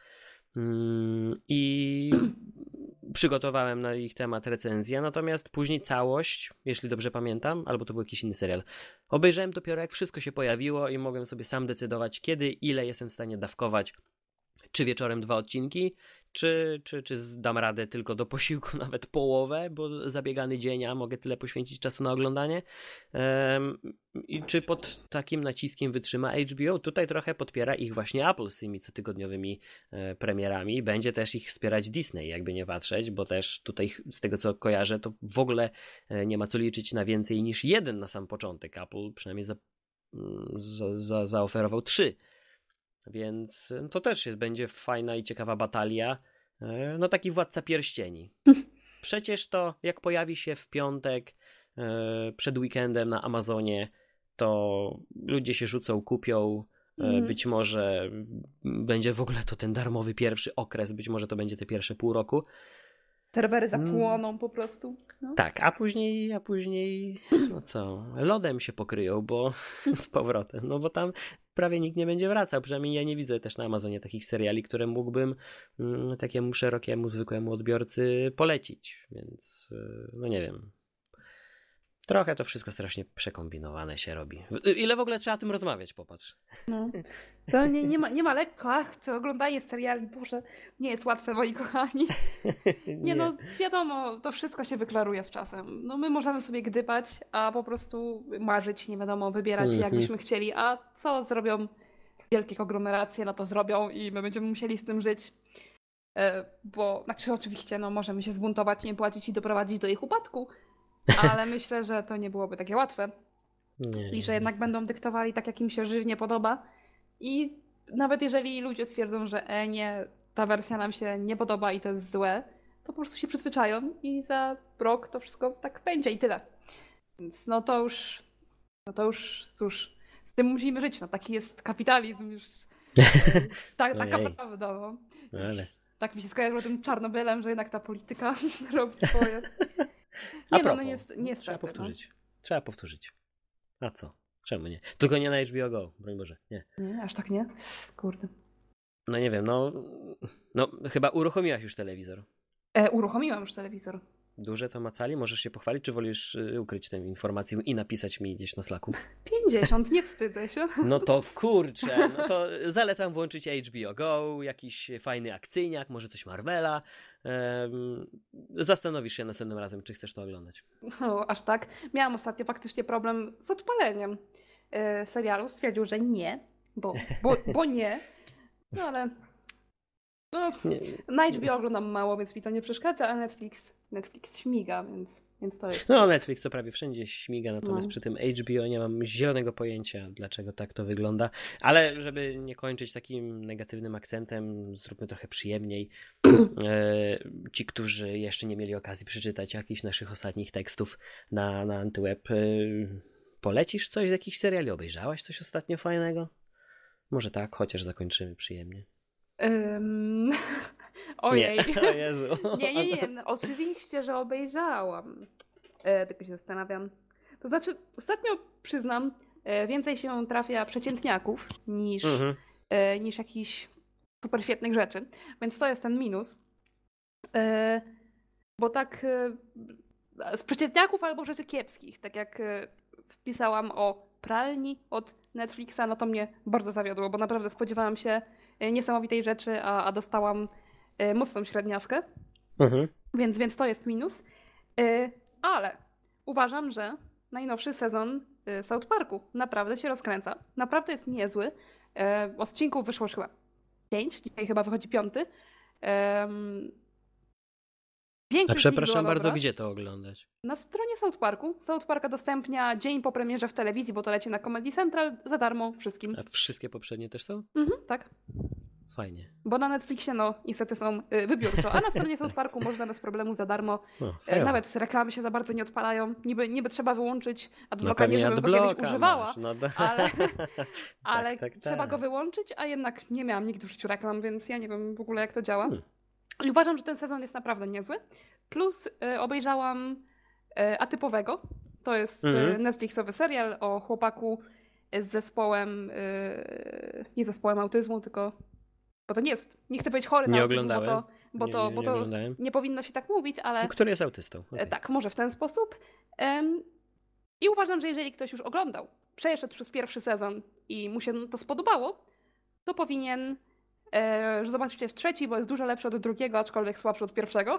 i przygotowałem na ich temat recenzję, natomiast później całość, jeśli dobrze pamiętam, albo to był jakiś inny serial, obejrzałem dopiero jak wszystko się pojawiło i mogłem sobie sam decydować, kiedy, ile jestem w stanie dawkować, czy wieczorem dwa odcinki, czy, czy, czy dam radę tylko do posiłku nawet połowę, bo zabiegany dzień, a mogę tyle poświęcić czasu na oglądanie. Um, I czy pod takim naciskiem wytrzyma H B O? Tutaj trochę podpiera ich właśnie Apple z tymi cotygodniowymi e, premierami. Będzie też ich wspierać Disney, jakby nie patrzeć, bo też tutaj z tego co kojarzę, to w ogóle e, nie ma co liczyć na więcej niż jeden na sam początek. Apple przynajmniej za, za, za, zaoferował trzy. Więc to też jest, będzie fajna i ciekawa batalia. No taki Władca Pierścieni. Przecież to jak pojawi się w piątek przed weekendem na Amazonie, to ludzie się rzucą, kupią. Mm. Być może będzie w ogóle to ten darmowy pierwszy okres, być może to będzie te pierwsze pół roku. Serwery zapłoną hmm. po prostu. No. Tak, a później, a później, no co, lodem się pokryją, bo z powrotem, no bo tam prawie nikt nie będzie wracał, przynajmniej ja nie widzę też na Amazonie takich seriali, które mógłbym mm, takiemu szerokiemu, zwykłemu odbiorcy polecić, więc no nie wiem. Trochę to wszystko strasznie przekombinowane się robi. Ile w ogóle trzeba o tym rozmawiać, popatrz. No. To nie, nie, ma, nie ma lekko, ach, to oglądanie seriali, Boże, nie jest łatwe, moi kochani. Nie, nie no, wiadomo, to wszystko się wyklaruje z czasem. No my możemy sobie gdybać, a po prostu marzyć, nie wiadomo, wybierać mm-hmm. jak byśmy chcieli, a co zrobią wielkie konglomeracje na to zrobią i my będziemy musieli z tym żyć. Bo, znaczy oczywiście, no możemy się zbuntować, nie płacić i doprowadzić do ich upadku, ale myślę, że to nie byłoby takie łatwe. Nie, I że jednak będą dyktowali tak, jak im się żywnie podoba. I nawet jeżeli ludzie stwierdzą, że e, nie, ta wersja nam się nie podoba i to jest złe, to po prostu się przyzwyczają i za rok to wszystko tak będzie i tyle. Więc no to już, no to już, cóż, z tym musimy żyć. No taki jest kapitalizm już. Tak, taka prawda. No. Ale... Tak mi się skojarzyło tym Czarnobylem, że jednak ta polityka robi swoje. Nie, A no, no niestety. Nie Trzeba powtórzyć. No. Trzeba powtórzyć. A co? Czemu nie? Tylko nie na H B O Go, broń Boże. Nie, nie aż tak nie? Kurde. No nie wiem, no, no chyba uruchomiłaś już telewizor. E, uruchomiłam już telewizor. Duże to macali? Możesz się pochwalić, czy wolisz ukryć tę informację i napisać mi gdzieś na Slacku? pięćdziesiąt, nie wstydzę się. No to kurczę, no to zalecam włączyć H B O Go, jakiś fajny akcyjniak, może coś Marvela. Um, zastanowisz się następnym razem, czy chcesz to oglądać. No, aż tak. Miałam ostatnio faktycznie problem z odpaleniem yy, serialu. Stwierdził, że nie, bo, bo, bo nie. No ale no, na H B O oglądam mało, więc mi to nie przeszkadza, a Netflix, Netflix śmiga, więc, więc to jest... No Netflix to prawie wszędzie śmiga, natomiast no. Przy tym H B O nie mam zielonego pojęcia, dlaczego tak to wygląda. Ale żeby nie kończyć takim negatywnym akcentem, zróbmy trochę przyjemniej. e, ci, którzy jeszcze nie mieli okazji przeczytać jakichś naszych ostatnich tekstów na, na Antyweb, e, polecisz coś z jakichś seriali? Obejrzałaś coś ostatnio fajnego? Może tak, chociaż zakończymy przyjemnie. Um, ojej. Nie, o Jezu. nie, nie, nie. No, oczywiście, że obejrzałam. E, tylko się zastanawiam. To znaczy, ostatnio przyznam, e, więcej się trafia przeciętniaków niż, mhm. e, niż jakichś super świetnych rzeczy. Więc to jest ten minus. E, bo tak e, z przeciętniaków albo rzeczy kiepskich, tak jak e, wpisałam o pralni od Netflixa, no to mnie bardzo zawiodło, bo naprawdę spodziewałam się niesamowitej rzeczy, a, a dostałam y, mocną średniawkę. Mhm. Więc, więc to jest minus. Y, ale uważam, że najnowszy sezon y, South Parku naprawdę się rozkręca. Naprawdę jest niezły. Y, odcinków wyszło chyba pięć, dzisiaj chyba wychodzi piąty. Y, A przepraszam bardzo, gdzie to oglądać? Na stronie South Parku. South Parka udostępnia dzień po premierze w telewizji, bo to leci na Comedy Central za darmo wszystkim. A wszystkie poprzednie też są? Mhm, tak. Fajnie. Bo na Netflixie no niestety są y, wybiórczo, a na stronie South Parku można bez problemu za darmo. No, y, nawet reklamy się za bardzo nie odpalają. Niby, niby trzeba wyłączyć adblocka, no nie żebym go kiedyś używała, masz, no do... ale, ale tak, tak, trzeba tak. go wyłączyć, a jednak nie miałam nigdy w życiu reklam, więc ja nie wiem w ogóle jak to działa. Hmm. I uważam, że ten sezon jest naprawdę niezły. Plus y, obejrzałam y, Atypowego. To jest mm-hmm. y, Netflixowy serial o chłopaku z zespołem, y, nie zespołem autyzmu, tylko, bo to nie jest, nie chcę powiedzieć chory nie na autyzm, bo to, bo nie, to, nie, bo to nie, nie powinno się tak mówić, ale... Który jest autystą. Okay. Tak, może w ten sposób. Um, I uważam, że jeżeli ktoś już oglądał, przeszedł przez pierwszy sezon i mu się to spodobało, to powinien e, zobaczyć jest trzeci, bo jest dużo lepszy od drugiego, aczkolwiek słabszy od pierwszego.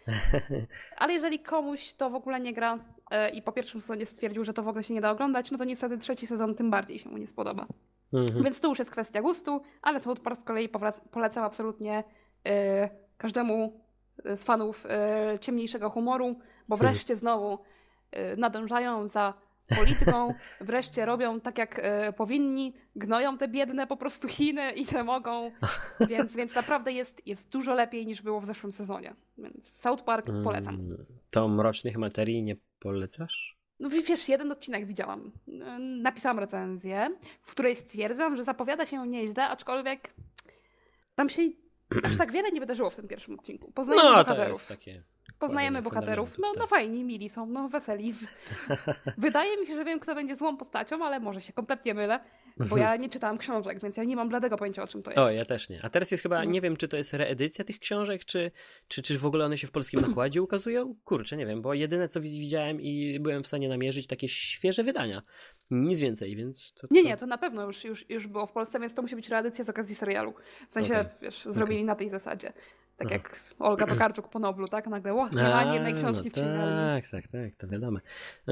Ale jeżeli komuś to w ogóle nie gra e, i po pierwszym sezonie stwierdził, że to w ogóle się nie da oglądać, no to niestety trzeci sezon tym bardziej się mu nie spodoba. Mhm. Więc to już jest kwestia gustu, ale South Park z kolei polecam absolutnie e, każdemu z fanów e, ciemniejszego humoru, bo wreszcie znowu e, nadążają za polityką, wreszcie robią tak jak e, powinni, gnoją te biedne po prostu Chiny ile mogą, więc, więc naprawdę jest, jest dużo lepiej niż było w zeszłym sezonie. Więc South Park polecam. Hmm, to Mrocznych Materii nie polecasz? No wiesz, jeden odcinek widziałam. Napisałam recenzję, w której stwierdzam, że zapowiada się nieźle, aczkolwiek tam się aż tak wiele nie wydarzyło w tym pierwszym odcinku. Poznajemy no, bohaterów. To jest takie... Poznajemy bohaterów. No, no fajni, mili są, no weseli. Wydaje mi się, że wiem, kto będzie złą postacią, ale może się kompletnie mylę, bo ja nie czytałam książek, więc ja nie mam bladego pojęcia, o czym to jest. O, ja też nie. A teraz jest chyba, nie wiem, czy to jest reedycja tych książek, czy, czy, czy w ogóle one się w polskim nakładzie ukazują? Kurczę, nie wiem, bo jedyne, co widziałem i byłem w stanie namierzyć, takie świeże wydania. Nic więcej, więc... To, to... Nie, nie, to na pewno już, już, już było w Polsce, więc to musi być reedycja z okazji serialu. W sensie, okay. wiesz, zrobili okay. na tej zasadzie. Tak Aha. jak Olga Tokarczuk po Noblu, tak? Nagle, o, nie ma ani jednej książki no w księgarni. Tak, tak, tak, to wiadomo.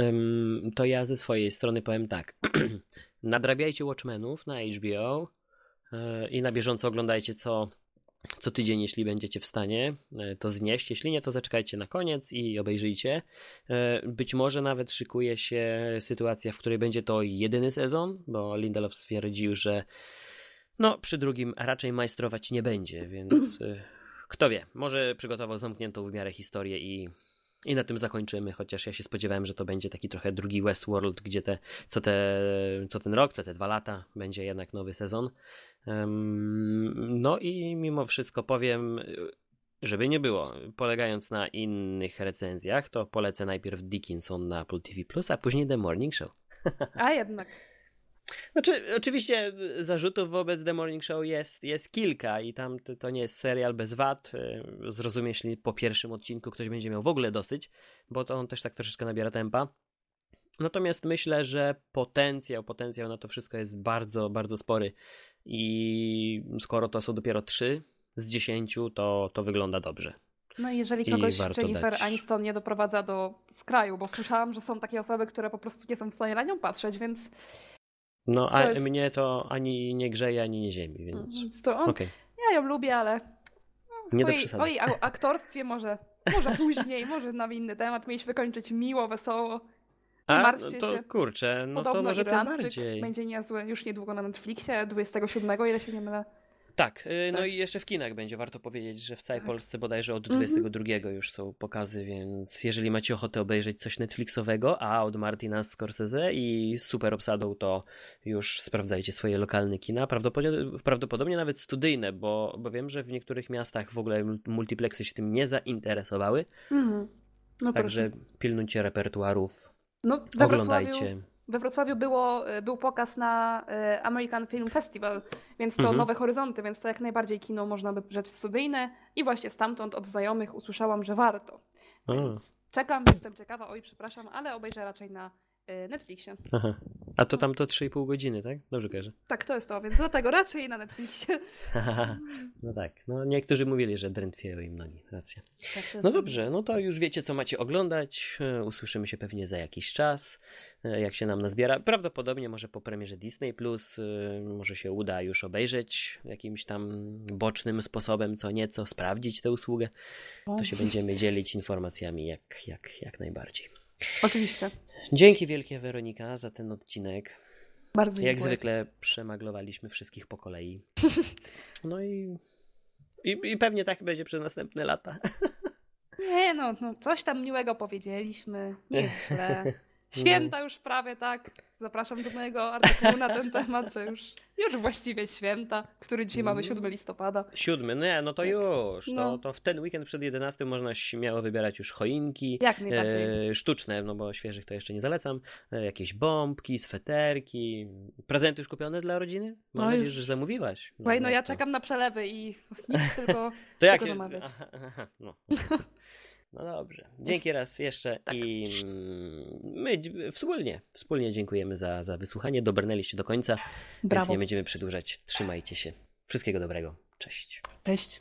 Um, to ja ze swojej strony powiem tak. Nadrabiajcie Watchmenów na H B O. i na bieżąco oglądajcie co, co tydzień, jeśli będziecie w stanie to znieść. Jeśli nie, to zaczekajcie na koniec i obejrzyjcie. Być może nawet szykuje się sytuacja, w której będzie to jedyny sezon, bo Lindelof stwierdził, że no przy drugim raczej majstrować nie będzie, więc kto wie, może przygotował zamkniętą w miarę historię i I na tym zakończymy, chociaż ja się spodziewałem, że to będzie taki trochę drugi Westworld, gdzie te, co, te, co ten rok, co te dwa lata będzie jednak nowy sezon. Um, no i mimo wszystko powiem, żeby nie było, polegając na innych recenzjach, to polecę najpierw Dickinson na Apple T V plus, a później The Morning Show. A jednak. Znaczy, oczywiście zarzutów wobec The Morning Show jest, jest kilka i tam to, to nie jest serial bez wad. Zrozumie, jeśli po pierwszym odcinku ktoś będzie miał w ogóle dosyć, bo to on też tak troszeczkę nabiera tempa. Natomiast myślę, że potencjał, potencjał na to wszystko jest bardzo, bardzo spory i skoro to są dopiero trzy z dziesięciu, to, to wygląda dobrze. No i jeżeli kogoś Jennifer dać... Aniston nie doprowadza do skraju, bo słyszałam, że są takie osoby, które po prostu nie są w stanie na nią patrzeć, więc... No, a jest... mnie to ani nie grzeje, ani nie ziemi, więc... więc to on... okay. Ja ją lubię, ale... Nie o do przesady. O jej aktorstwie może, może później, może na inny temat. Mieliśmy kończyć miło, wesoło. Nie a, martwcie no to się. kurczę, no Podobno to może Irlandczyk tym bardziej. Będzie niezły już niedługo na Netflixie, dwudziestego siódmego, ile się nie mylę. Tak, yy, no tak. i jeszcze w kinach będzie, warto powiedzieć, że w całej tak. Polsce bodajże od dwudziestego drugiego mm-hmm. już są pokazy, więc jeżeli macie ochotę obejrzeć coś Netflixowego, a od Martina Scorsese i z super obsadą, to już sprawdzajcie swoje lokalne kina, prawdopodobnie, prawdopodobnie nawet studyjne, bo, bo wiem, że w niektórych miastach w ogóle multiplexy się tym nie zainteresowały, mm-hmm. no także proszę. Pilnujcie repertuarów, no, oglądajcie. We Wrocławiu było, był pokaz na American Film Festival, więc to mhm. nowe horyzonty, więc to jak najbardziej kino można by rzecz studyjne i właśnie stamtąd od znajomych usłyszałam, że warto. Więc czekam, jestem ciekawa, oj przepraszam, ale obejrzę raczej na Netflixie. Aha. A to tam to trzy i pół godziny, tak? Dobrze kojarzę. Tak, to jest to, więc dlatego raczej na Netflixie. No tak, no niektórzy mówili, że drętwieją im nogi, racja. Tak, no dobrze, myśl. No to już wiecie, co macie oglądać, usłyszymy się pewnie za jakiś czas, jak się nam nazbiera. Prawdopodobnie może po premierze Disney plus, może się uda już obejrzeć jakimś tam bocznym sposobem, co nieco, sprawdzić tę usługę. To się będziemy dzielić informacjami jak, jak, jak najbardziej. Oczywiście. Dzięki wielkie, Weronika, za ten odcinek. Bardzo Jak dziękuję. zwykle przemaglowaliśmy wszystkich po kolei. No i, i, i pewnie tak będzie przez następne lata. Nie no, no, coś tam miłego powiedzieliśmy. Nie jest źle. Święta no. już prawie, tak. Zapraszam do mojego artykułu na ten temat, że już, już właściwie święta, który dzisiaj mamy siódmego listopada. Siódmy, nie, no to tak. już. To, no. to w ten weekend przed jedenastym można śmiało wybierać już choinki. Jak najbardziej. E, sztuczne, no bo świeżych to jeszcze nie zalecam. E, jakieś bombki, sweterki. Prezenty już kupione dla rodziny? Mam no nadzieję, już. że zamówiłaś. No, no, no ja to... czekam na przelewy i nic tylko, to jak tylko zamawiać. Aha, aha, no. No dobrze. Dzięki raz jeszcze tak. I my wspólnie, wspólnie dziękujemy za, za wysłuchanie. Dobrnęliście do końca, Brawo. Więc nie będziemy przedłużać. Trzymajcie się. Wszystkiego dobrego. Cześć. Cześć.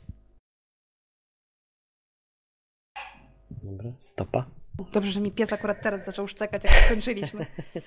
Dobra, stopa. Dobrze, że mi pies akurat teraz zaczął szczekać, jak skończyliśmy.